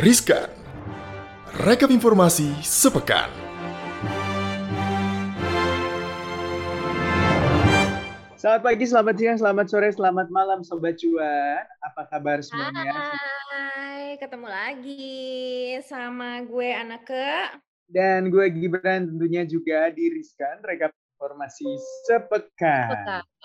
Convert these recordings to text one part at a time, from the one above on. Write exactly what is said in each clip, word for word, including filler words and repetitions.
Riskan, rekap informasi sepekan. Selamat pagi, selamat siang, selamat sore, selamat malam Sobat Cuan. Apa kabar semuanya? Hai, ketemu lagi sama gue Anake. Dan gue Gibran tentunya juga di Riskan, rekap informasi sepekan. Sepekan.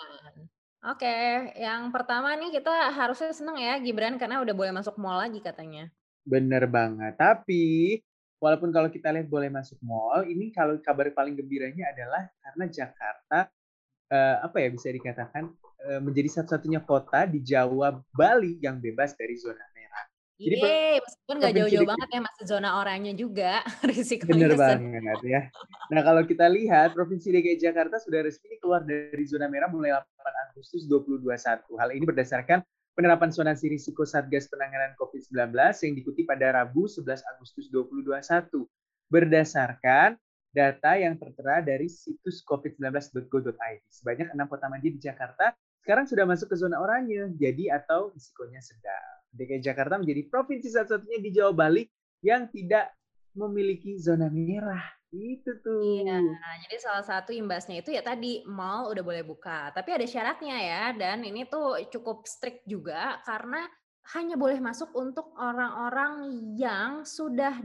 Oke, yang pertama nih kita harusnya seneng ya Gibran karena udah boleh masuk mall lagi katanya. Bener banget, tapi walaupun kalau kita lihat boleh masuk mall, ini kalau kabar paling gembiranya adalah karena Jakarta eh, apa ya bisa dikatakan eh, menjadi satu-satunya kota di Jawa Bali yang bebas dari zona merah. Jadi Yeay, meskipun nggak provinsi jauh-jauh D K I banget ya masih zona oranye juga bener risikonya sedang. banget ya. Nah kalau kita lihat Provinsi D K I Jakarta sudah resmi keluar dari zona merah mulai delapan Agustus dua ribu dua puluh satu. Hal ini berdasarkan penerapan zonasi risiko Satgas Penanganan covid sembilan belas yang diikuti pada Rabu sebelas Agustus dua ribu dua puluh satu. Berdasarkan data yang tertera dari situs covid sembilan belas titik go titik i d. Sebanyak enam kota mandiri di Jakarta sekarang sudah masuk ke zona oranye, jadi atau risikonya sedang. D K I Jakarta menjadi provinsi satu-satunya di Jawa Bali yang tidak memiliki zona merah. Itu Iya, tuh. jadi salah satu imbasnya itu ya tadi mall udah boleh buka, tapi ada syaratnya ya dan ini tuh cukup strict juga karena hanya boleh masuk untuk orang-orang yang sudah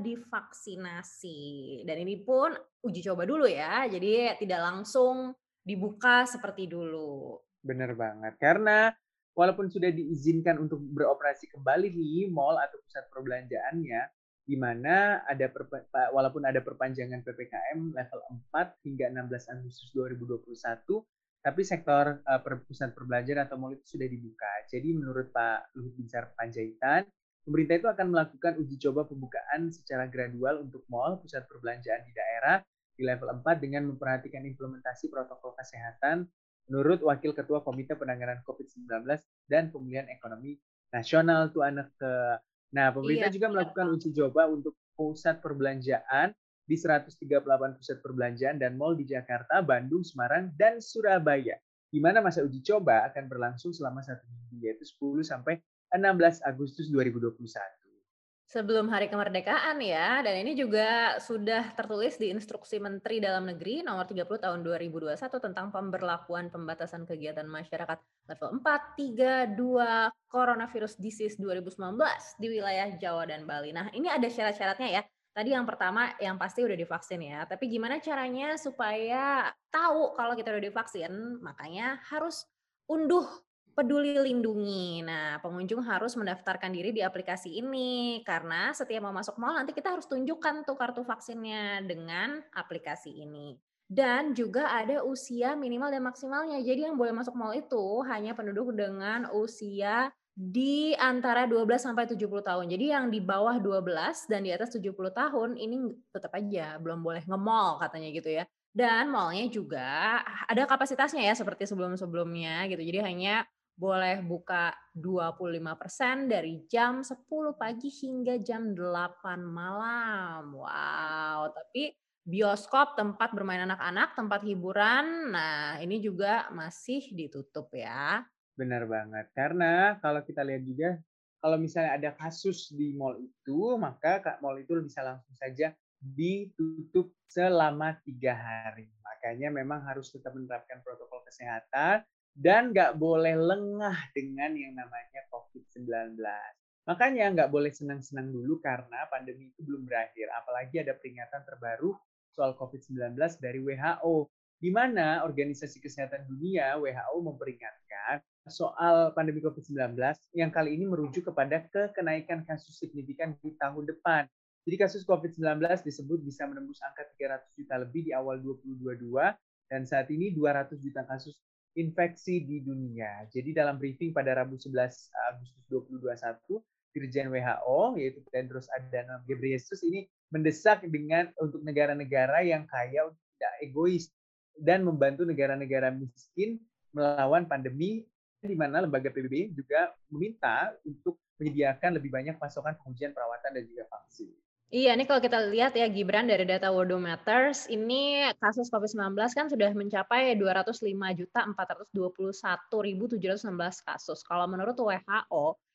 divaksinasi dan ini pun uji coba dulu ya, jadi tidak langsung dibuka seperti dulu. Bener banget. Karena walaupun sudah diizinkan untuk beroperasi kembali nih mall atau pusat perbelanjaannya, di mana ada perpa- walaupun ada perpanjangan P P K M level empat hingga enam belas Agustus dua ribu dua puluh satu, tapi sektor uh, per, pusat perbelanjaan atau mall itu sudah dibuka. Jadi menurut Pak Luhut Binsar Panjaitan, pemerintah itu akan melakukan uji coba pembukaan secara gradual untuk mall, pusat perbelanjaan di daerah di level empat dengan memperhatikan implementasi protokol kesehatan menurut Wakil Ketua Komite Penanganan covid sembilan belas dan Pemulihan Ekonomi Nasional tuh anak ke. Nah, pemerintah Iya, juga melakukan uji coba untuk pusat perbelanjaan di seratus tiga puluh delapan pusat perbelanjaan dan mal di Jakarta, Bandung, Semarang, dan Surabaya. Di mana masa uji coba akan berlangsung selama satu minggu, yaitu sepuluh sampai enam belas Agustus dua ribu dua puluh satu. sebelum hari kemerdekaan ya, dan ini juga sudah tertulis di Instruksi Menteri Dalam Negeri nomor tiga puluh tahun dua ribu dua puluh satu tentang pemberlakuan pembatasan kegiatan masyarakat level empat, tiga, dua Coronavirus Disease dua ribu sembilan belas di wilayah Jawa dan Bali. Nah, ini ada syarat-syaratnya ya. Tadi yang pertama yang pasti udah divaksin ya, tapi gimana caranya supaya tahu kalau kita udah divaksin? Makanya harus unduh Peduli Lindungi. Nah, pengunjung harus mendaftarkan diri di aplikasi ini karena setiap mau masuk mall nanti kita harus tunjukkan tuh kartu vaksinnya dengan aplikasi ini. Dan juga ada usia minimal dan maksimalnya. Jadi yang boleh masuk mall itu hanya penduduk dengan usia di antara dua belas sampai tujuh puluh tahun. Jadi yang di bawah dua belas dan di atas tujuh puluh tahun ini tetap aja belum boleh nge-mall katanya gitu ya. Dan mallnya juga ada kapasitasnya ya seperti sebelum-sebelumnya gitu. Jadi hanya boleh buka dua puluh lima persen dari jam sepuluh pagi hingga jam delapan malam. Wow, tapi bioskop, tempat bermain anak-anak, tempat hiburan, nah ini juga masih ditutup ya. Benar banget. Karena kalau kita lihat juga, kalau misalnya ada kasus di mall itu, maka mall itu bisa langsung saja ditutup selama tiga hari. Makanya memang harus tetap menerapkan protokol kesehatan dan nggak boleh lengah dengan yang namanya covid sembilan belas. Makanya nggak boleh senang-senang dulu karena pandemi itu belum berakhir. Apalagi ada peringatan terbaru soal covid sembilan belas dari W H O, di mana Organisasi Kesehatan Dunia W H O memperingatkan soal pandemi covid sembilan belas yang kali ini merujuk kepada kenaikan kasus signifikan di tahun depan. Jadi kasus covid sembilan belas disebut bisa menembus angka tiga ratus juta lebih di awal dua ribu dua puluh dua dan saat ini dua ratus juta kasus infeksi di dunia. Jadi dalam briefing pada Rabu sebelas Agustus dua ribu dua puluh satu, Dirjen W H O yaitu Tedros Adhanom Ghebreyesus ini mendesak dengan untuk negara-negara yang kaya untuk tidak egois dan membantu negara-negara miskin melawan pandemi, di mana lembaga P B B juga meminta untuk menyediakan lebih banyak pasokan pengujian perawatan dan juga vaksin. Iya, ini kalau kita lihat ya Gibran dari data Worldometers, ini kasus covid sembilan belas kan sudah mencapai dua ratus lima juta empat ratus dua puluh satu ribu tujuh ratus enam belas kasus. Kalau menurut W H O,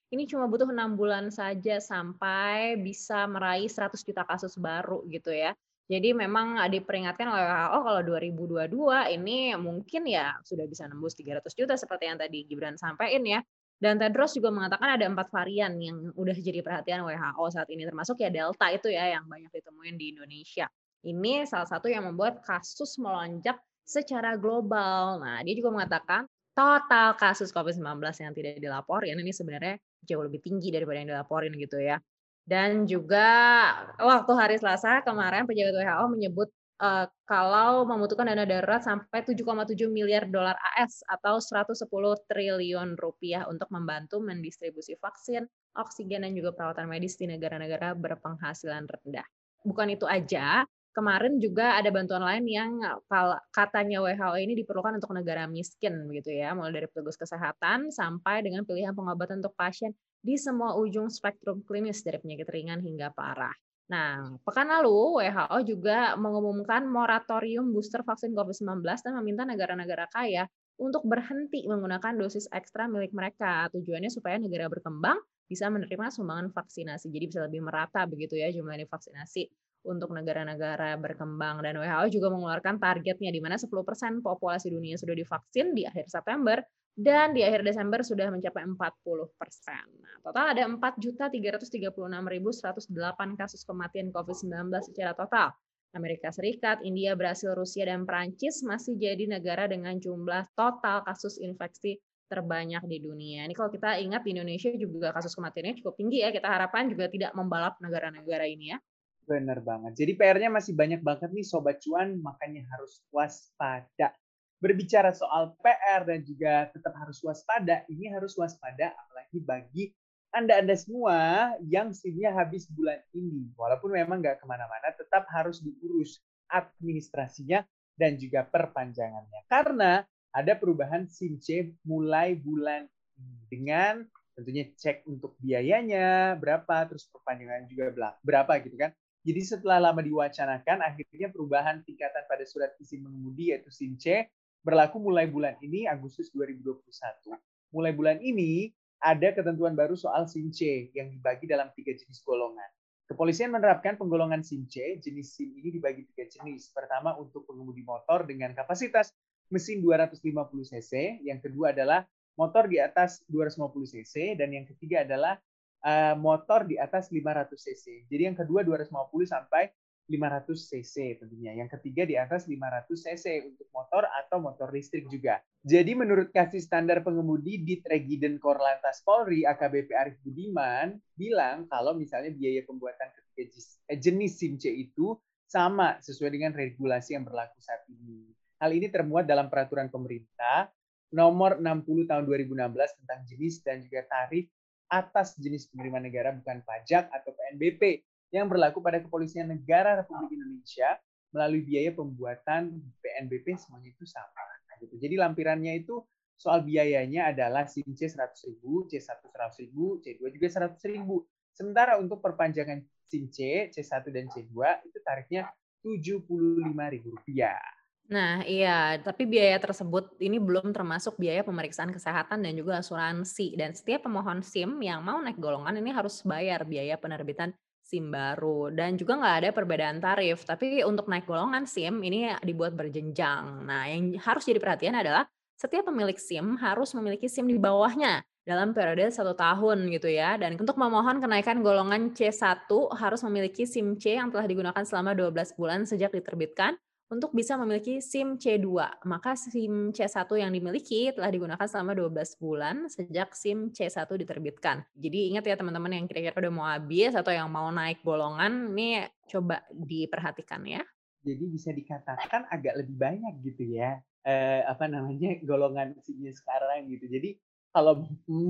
ini cuma butuh enam bulan saja sampai bisa meraih seratus juta kasus baru gitu ya. Jadi memang diperingatkan oleh W H O kalau dua ribu dua puluh dua ini mungkin ya sudah bisa nembus tiga ratus juta seperti yang tadi Gibran sampaikan ya. Dan Tedros juga mengatakan ada empat varian yang udah jadi perhatian W H O saat ini, termasuk ya Delta itu ya yang banyak ditemuin di Indonesia. Ini salah satu yang membuat kasus melonjak secara global. Nah, dia juga mengatakan total kasus covid sembilan belas yang tidak dilaporin ini sebenarnya jauh lebih tinggi daripada yang dilaporin gitu ya. Dan juga waktu hari Selasa kemarin pejabat W H O menyebut uh, kalau membutuhkan dana darurat sampai tujuh koma tujuh miliar dolar A S atau seratus sepuluh triliun rupiah untuk membantu mendistribusi vaksin, oksigen dan juga perawatan medis di negara-negara berpenghasilan rendah. Bukan itu aja, kemarin juga ada bantuan lain yang katanya W H O ini diperlukan untuk negara miskin begitu ya, mulai dari petugas kesehatan sampai dengan pilihan pengobatan untuk pasien di semua ujung spektrum klinis dari penyakit ringan hingga parah. Nah, pekan lalu W H O juga mengumumkan moratorium booster vaksin covid sembilan belas dan meminta negara-negara kaya untuk berhenti menggunakan dosis ekstra milik mereka. Tujuannya supaya negara berkembang bisa menerima sumbangan vaksinasi. Jadi bisa lebih merata begitu ya jumlah vaksinasi untuk negara-negara berkembang. Dan W H O juga mengeluarkan targetnya di mana sepuluh persen populasi dunia sudah divaksin di akhir September dan di akhir Desember sudah mencapai empat puluh persen. Nah, total ada empat juta tiga ratus tiga puluh enam ribu seratus delapan kasus kematian covid sembilan belas secara total. Amerika Serikat, India, Brasil, Rusia, dan Prancis masih jadi negara dengan jumlah total kasus infeksi terbanyak di dunia. Ini kalau kita ingat di Indonesia juga kasus kematiannya cukup tinggi ya. Kita harapkan juga tidak membalap negara-negara ini ya. Bener banget. Jadi P R-nya masih banyak banget nih Sobat Cuan, makanya harus waspada. Berbicara soal P R dan juga tetap harus waspada, ini harus waspada apalagi bagi Anda-Anda semua yang SIM-nya habis bulan ini. Walaupun memang nggak kemana-mana, tetap harus diurus administrasinya dan juga perpanjangannya. Karena ada perubahan SIM C mulai bulan ini. Dengan tentunya cek untuk biayanya berapa, terus perpanjangan juga berapa gitu kan. Jadi setelah lama diwacanakan, akhirnya perubahan tingkatan pada surat izin mengemudi yaitu SIM C berlaku mulai bulan ini, Agustus dua ribu dua puluh satu. Mulai bulan ini, ada ketentuan baru soal SIM C yang dibagi dalam tiga jenis golongan. Kepolisian menerapkan penggolongan SIM C, jenis SIM ini dibagi tiga jenis. Pertama untuk pengemudi motor dengan kapasitas mesin dua ratus lima puluh cc, yang kedua adalah motor di atas dua ratus lima puluh cc, dan yang ketiga adalah Uh, motor di atas lima ratus cc. Jadi yang kedua dua ratus lima puluh sampai lima ratus cc tentunya. Yang ketiga di atas lima ratus cc untuk motor atau motor listrik juga. Jadi menurut kasih standar pengemudi di Regiden Korlantas Polri A K B P Arief Budiman bilang kalau misalnya biaya pembuatan ketiga jenis SIM C itu sama sesuai dengan regulasi yang berlaku saat ini. Hal ini termuat dalam peraturan pemerintah nomor enam puluh tahun dua ribu enam belas tentang jenis dan juga tarif atas jenis penerimaan negara bukan pajak atau P N B P yang berlaku pada Kepolisian Negara Republik Indonesia melalui biaya pembuatan P N B P semuanya itu sama. Gitu. Jadi lampirannya itu soal biayanya adalah SIM C seratus ribu, C satu seratus ribu, C dua juga seratus ribu. Sementara untuk perpanjangan SIM C, C satu dan C dua itu tarifnya tujuh puluh lima ribu rupiah. Nah, iya, tapi biaya tersebut ini belum termasuk biaya pemeriksaan kesehatan dan juga asuransi. Dan setiap pemohon SIM yang mau naik golongan ini harus bayar biaya penerbitan SIM baru. Dan juga nggak ada perbedaan tarif. Tapi untuk naik golongan SIM ini dibuat berjenjang. Nah, yang harus jadi perhatian adalah setiap pemilik SIM harus memiliki SIM di bawahnya dalam periode satu tahun gitu ya. Dan untuk memohon kenaikan golongan C satu harus memiliki SIM C yang telah digunakan selama dua belas bulan sejak diterbitkan untuk bisa memiliki SIM C dua. Maka SIM C satu yang dimiliki telah digunakan selama dua belas bulan sejak SIM C satu diterbitkan. Jadi ingat ya teman-teman yang kira-kira udah mau habis atau yang mau naik golongan, ini coba diperhatikan ya. Jadi bisa dikatakan agak lebih banyak gitu ya, eh, apa namanya golongan SIM-nya sekarang gitu. Jadi kalau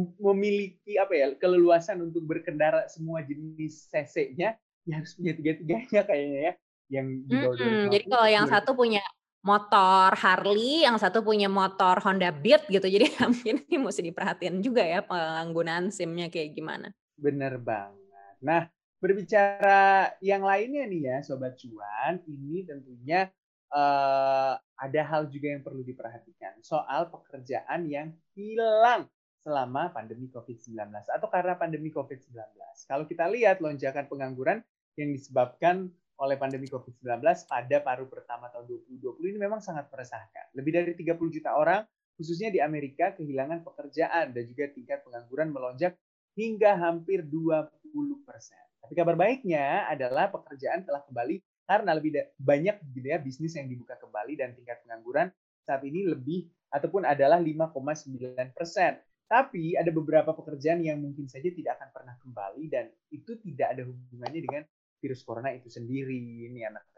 memiliki apa ya keleluasan untuk berkendara semua jenis cc-nya, ya harus punya tiga-tiganya kayaknya ya. Yang di bawah dua ratus lima puluh. Jadi kalau yang satu punya motor Harley, yang satu punya motor Honda Beat gitu. Jadi mungkin ini mesti diperhatiin juga ya penggunaan SIM-nya kayak gimana. Bener banget. Nah, berbicara yang lainnya nih ya Sobat Cuan, ini tentunya uh, ada hal juga yang perlu diperhatikan soal pekerjaan yang hilang selama pandemi covid sembilan belas atau karena pandemi covid sembilan belas. Kalau kita lihat lonjakan pengangguran yang disebabkan oleh pandemi covid sembilan belas pada paruh pertama tahun dua ribu dua puluh ini memang sangat meresahkan. Lebih dari tiga puluh juta orang, khususnya di Amerika, kehilangan pekerjaan dan juga tingkat pengangguran melonjak hingga hampir dua puluh persen. Tapi kabar baiknya adalah pekerjaan telah kembali karena lebih banyak gitu ya bisnis yang dibuka kembali dan tingkat pengangguran saat ini lebih ataupun adalah lima koma sembilan persen. Tapi ada beberapa pekerjaan yang mungkin saja tidak akan pernah kembali dan itu tidak ada hubungannya dengan virus corona itu sendiri. Ini anak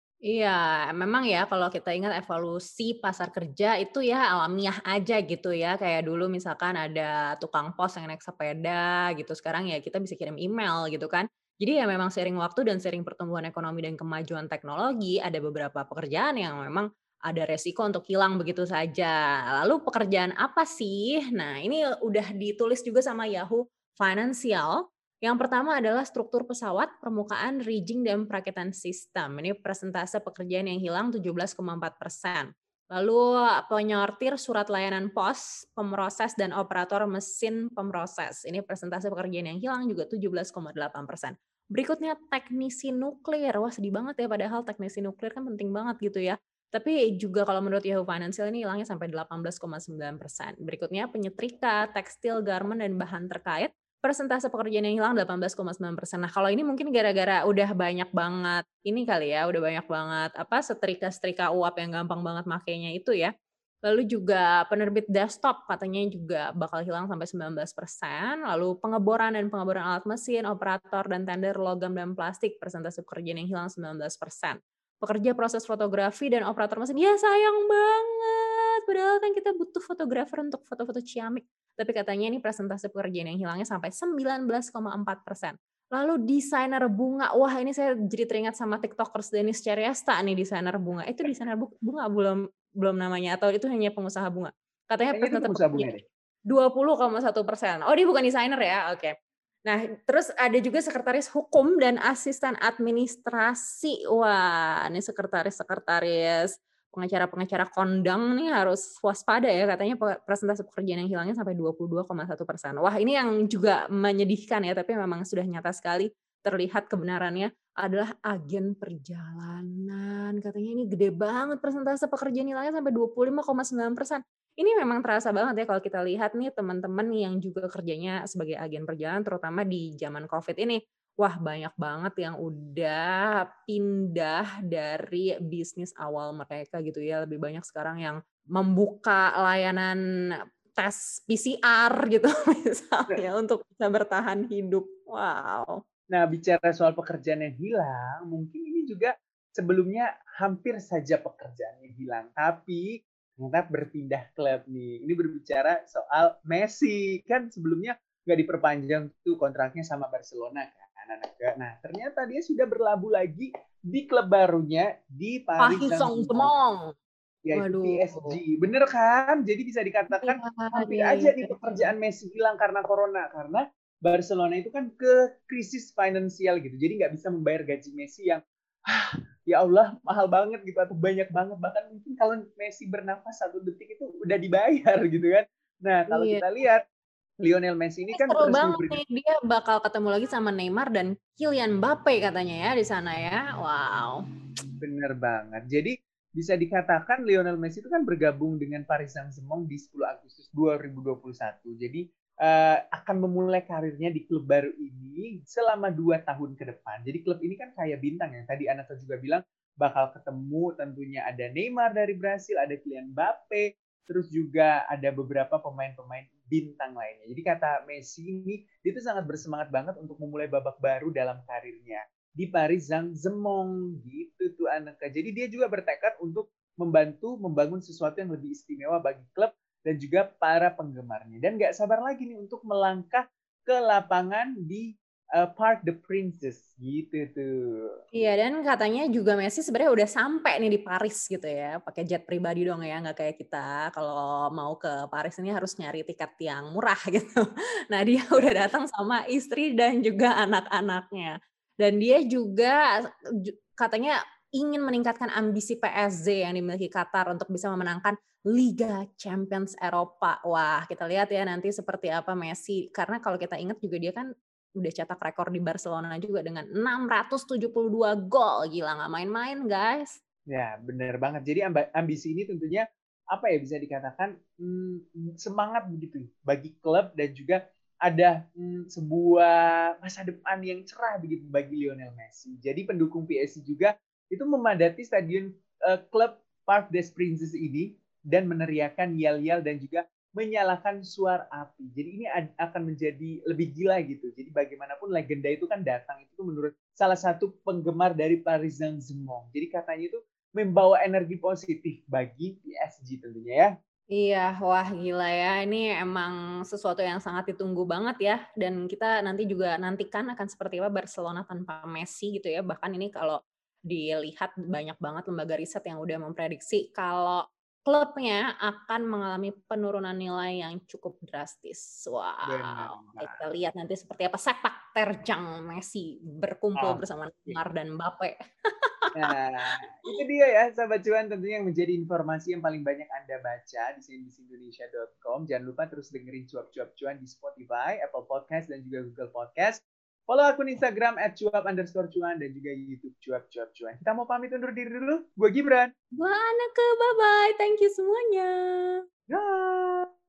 Iya, memang ya kalau kita ingat evolusi pasar kerja itu ya alamiah aja gitu ya. Kayak dulu misalkan ada tukang pos yang naik sepeda gitu. Sekarang ya kita bisa kirim email gitu kan. Jadi ya memang seiring waktu dan seiring pertumbuhan ekonomi dan kemajuan teknologi, ada beberapa pekerjaan yang memang ada resiko untuk hilang begitu saja. Lalu pekerjaan apa sih? Nah, ini udah ditulis juga sama Yahoo Financial. Yang pertama adalah struktur pesawat, permukaan, rigging, dan perakitan sistem. Ini persentase pekerjaan yang hilang tujuh belas koma empat persen. Lalu penyortir surat layanan pos, pemroses, dan operator mesin pemroses. Ini persentase pekerjaan yang hilang juga tujuh belas koma delapan persen. Berikutnya teknisi nuklir. Wah sedih banget ya, padahal teknisi nuklir kan penting banget gitu ya. Tapi juga kalau menurut Yahoo Financial ini hilangnya sampai delapan belas koma sembilan persen. Berikutnya penyetrika, tekstil, garment, dan bahan terkait. Persentase pekerjaan yang hilang delapan belas koma sembilan persen. Nah, kalau ini mungkin gara-gara udah banyak banget ini kali ya, udah banyak banget apa setrika-setrika uap yang gampang banget makainya itu ya. Lalu juga penerbit desktop katanya juga bakal hilang sampai sembilan belas persen. Lalu pengeboran dan pengeboran alat mesin, operator dan tender logam dan plastik, persentase pekerjaan yang hilang sembilan belas persen. Pekerja proses fotografi dan operator mesin, ya sayang banget. Padahal kan kita butuh fotografer untuk foto-foto ciamik. Tapi katanya ini persentase pekerjaan yang hilangnya sampai sembilan belas koma empat persen. Lalu desainer bunga, wah ini saya jadi teringat sama tiktokers Denis Ceriasta nih, desainer bunga. Itu desainer bunga belum belum namanya atau itu hanya pengusaha bunga? Katanya Kayaknya itu persentase pengusaha bunga pekerjaan deh. dua puluh koma satu persen. Oh dia bukan desainer ya, oke. Nah terus ada juga sekretaris hukum dan asisten administrasi. Wah ini sekretaris-sekretaris pengacara-pengacara kondang nih harus waspada ya, katanya persentase pekerjaan yang hilangnya sampai dua puluh dua koma satu persen. Wah ini yang juga menyedihkan ya, tapi memang sudah nyata sekali terlihat kebenarannya adalah agen perjalanan. Katanya ini gede banget persentase pekerjaan hilangnya sampai dua puluh lima koma sembilan persen. Ini memang terasa banget ya kalau kita lihat nih teman-teman yang juga kerjanya sebagai agen perjalanan terutama di zaman Covid ini. Wah banyak banget yang udah pindah dari bisnis awal mereka gitu ya. Lebih banyak sekarang yang membuka layanan tes P C R gitu misalnya untuk bisa bertahan hidup. Wow. Nah, bicara soal pekerjaan yang hilang, mungkin ini juga sebelumnya hampir saja pekerjaannya hilang. Tapi ternyata berpindah klub nih. Ini berbicara soal Messi. Kan sebelumnya nggak diperpanjang tuh kontraknya sama Barcelona kan. Nah, ternyata dia sudah berlabuh lagi di klub barunya di Paris Saint-Germain. Yaitu P S G. Bener kan? Jadi bisa dikatakan ya, hampir ya, aja ya, nih pekerjaan ya. Messi hilang karena corona. Karena Barcelona itu kan ke krisis finansial gitu. Jadi nggak bisa membayar gaji Messi yang ah, ya Allah mahal banget gitu atau banyak banget. Bahkan mungkin kalau Messi bernafas satu detik itu udah dibayar gitu kan. Nah kalau iya. kita lihat Lionel Messi ini kan seru banget nih, dia bakal ketemu lagi sama Neymar dan Kylian Mbappe katanya ya di sana ya. Wow. Bener banget. Jadi bisa dikatakan Lionel Messi itu kan bergabung dengan Paris Saint-Germain di sepuluh Agustus dua ribu dua puluh satu. Jadi uh, akan memulai karirnya di klub baru ini selama dua tahun ke depan. Jadi klub ini kan kayak bintang ya. Tadi Anata juga bilang bakal ketemu tentunya ada Neymar dari Brasil, ada Kylian Mbappe, terus juga ada beberapa pemain-pemain bintang lainnya. Jadi kata Messi ini, dia tuh sangat bersemangat banget untuk memulai babak baru dalam karirnya di Paris Saint-Germain gitu tuh Aneka. Jadi dia juga bertekad untuk membantu membangun sesuatu yang lebih istimewa bagi klub dan juga para penggemarnya. Dan gak sabar lagi nih untuk melangkah ke lapangan di uh, Parc des Princes gitu tuh. Iya, dan katanya juga Messi sebenarnya udah sampai nih di Paris gitu ya, pakai jet pribadi dong ya, nggak kayak kita kalau mau ke Paris ini harus nyari tiket yang murah gitu. Nah dia udah datang sama istri dan juga anak-anaknya. Dan dia juga katanya ingin meningkatkan ambisi P S G yang dimiliki Qatar untuk bisa memenangkan Liga Champions Eropa. Wah, kita lihat ya nanti seperti apa Messi. Karena kalau kita ingat juga dia kan udah cetak rekor di Barcelona juga dengan enam ratus tujuh puluh dua gol. Gila, nggak main-main guys. Ya, benar banget. Jadi ambisi ini tentunya apa ya bisa dikatakan hmm, semangat begitu bagi klub dan juga ada hmm, sebuah masa depan yang cerah begitu bagi Lionel Messi. Jadi pendukung P S G juga itu memadati stadion uh, klub Parc des Princes ini dan meneriakan yel-yel dan juga menyalakan suar api. Jadi ini akan menjadi lebih gila gitu. Jadi bagaimanapun legenda itu kan datang itu menurut salah satu penggemar dari Paris Saint-Germain. Jadi katanya itu membawa energi positif bagi P S G tentunya ya. Iya, wah gila ya. Ini emang sesuatu yang sangat ditunggu banget ya. Dan kita nanti juga nantikan akan seperti apa Barcelona tanpa Messi gitu ya. Bahkan ini kalau dilihat banyak banget lembaga riset yang udah memprediksi kalau klubnya akan mengalami penurunan nilai yang cukup drastis. Wow, kita lihat nanti seperti apa sepak terjang Messi berkumpul oh. bersama Neymar dan Mbappe. Nah, itu dia ya sahabat cuan tentunya yang menjadi informasi yang paling banyak Anda baca di c n b c indonesia dot com. Jangan lupa terus dengerin cuap-cuap cuan di Spotify, Apple Podcast, dan juga Google Podcast. Follow akun Instagram at cuap underscore cuan dan juga YouTube cuap-cuap cuan. Kita mau pamit undur diri dulu. Gue Gibran. Gue Anake, bye-bye. Thank you semuanya. Bye.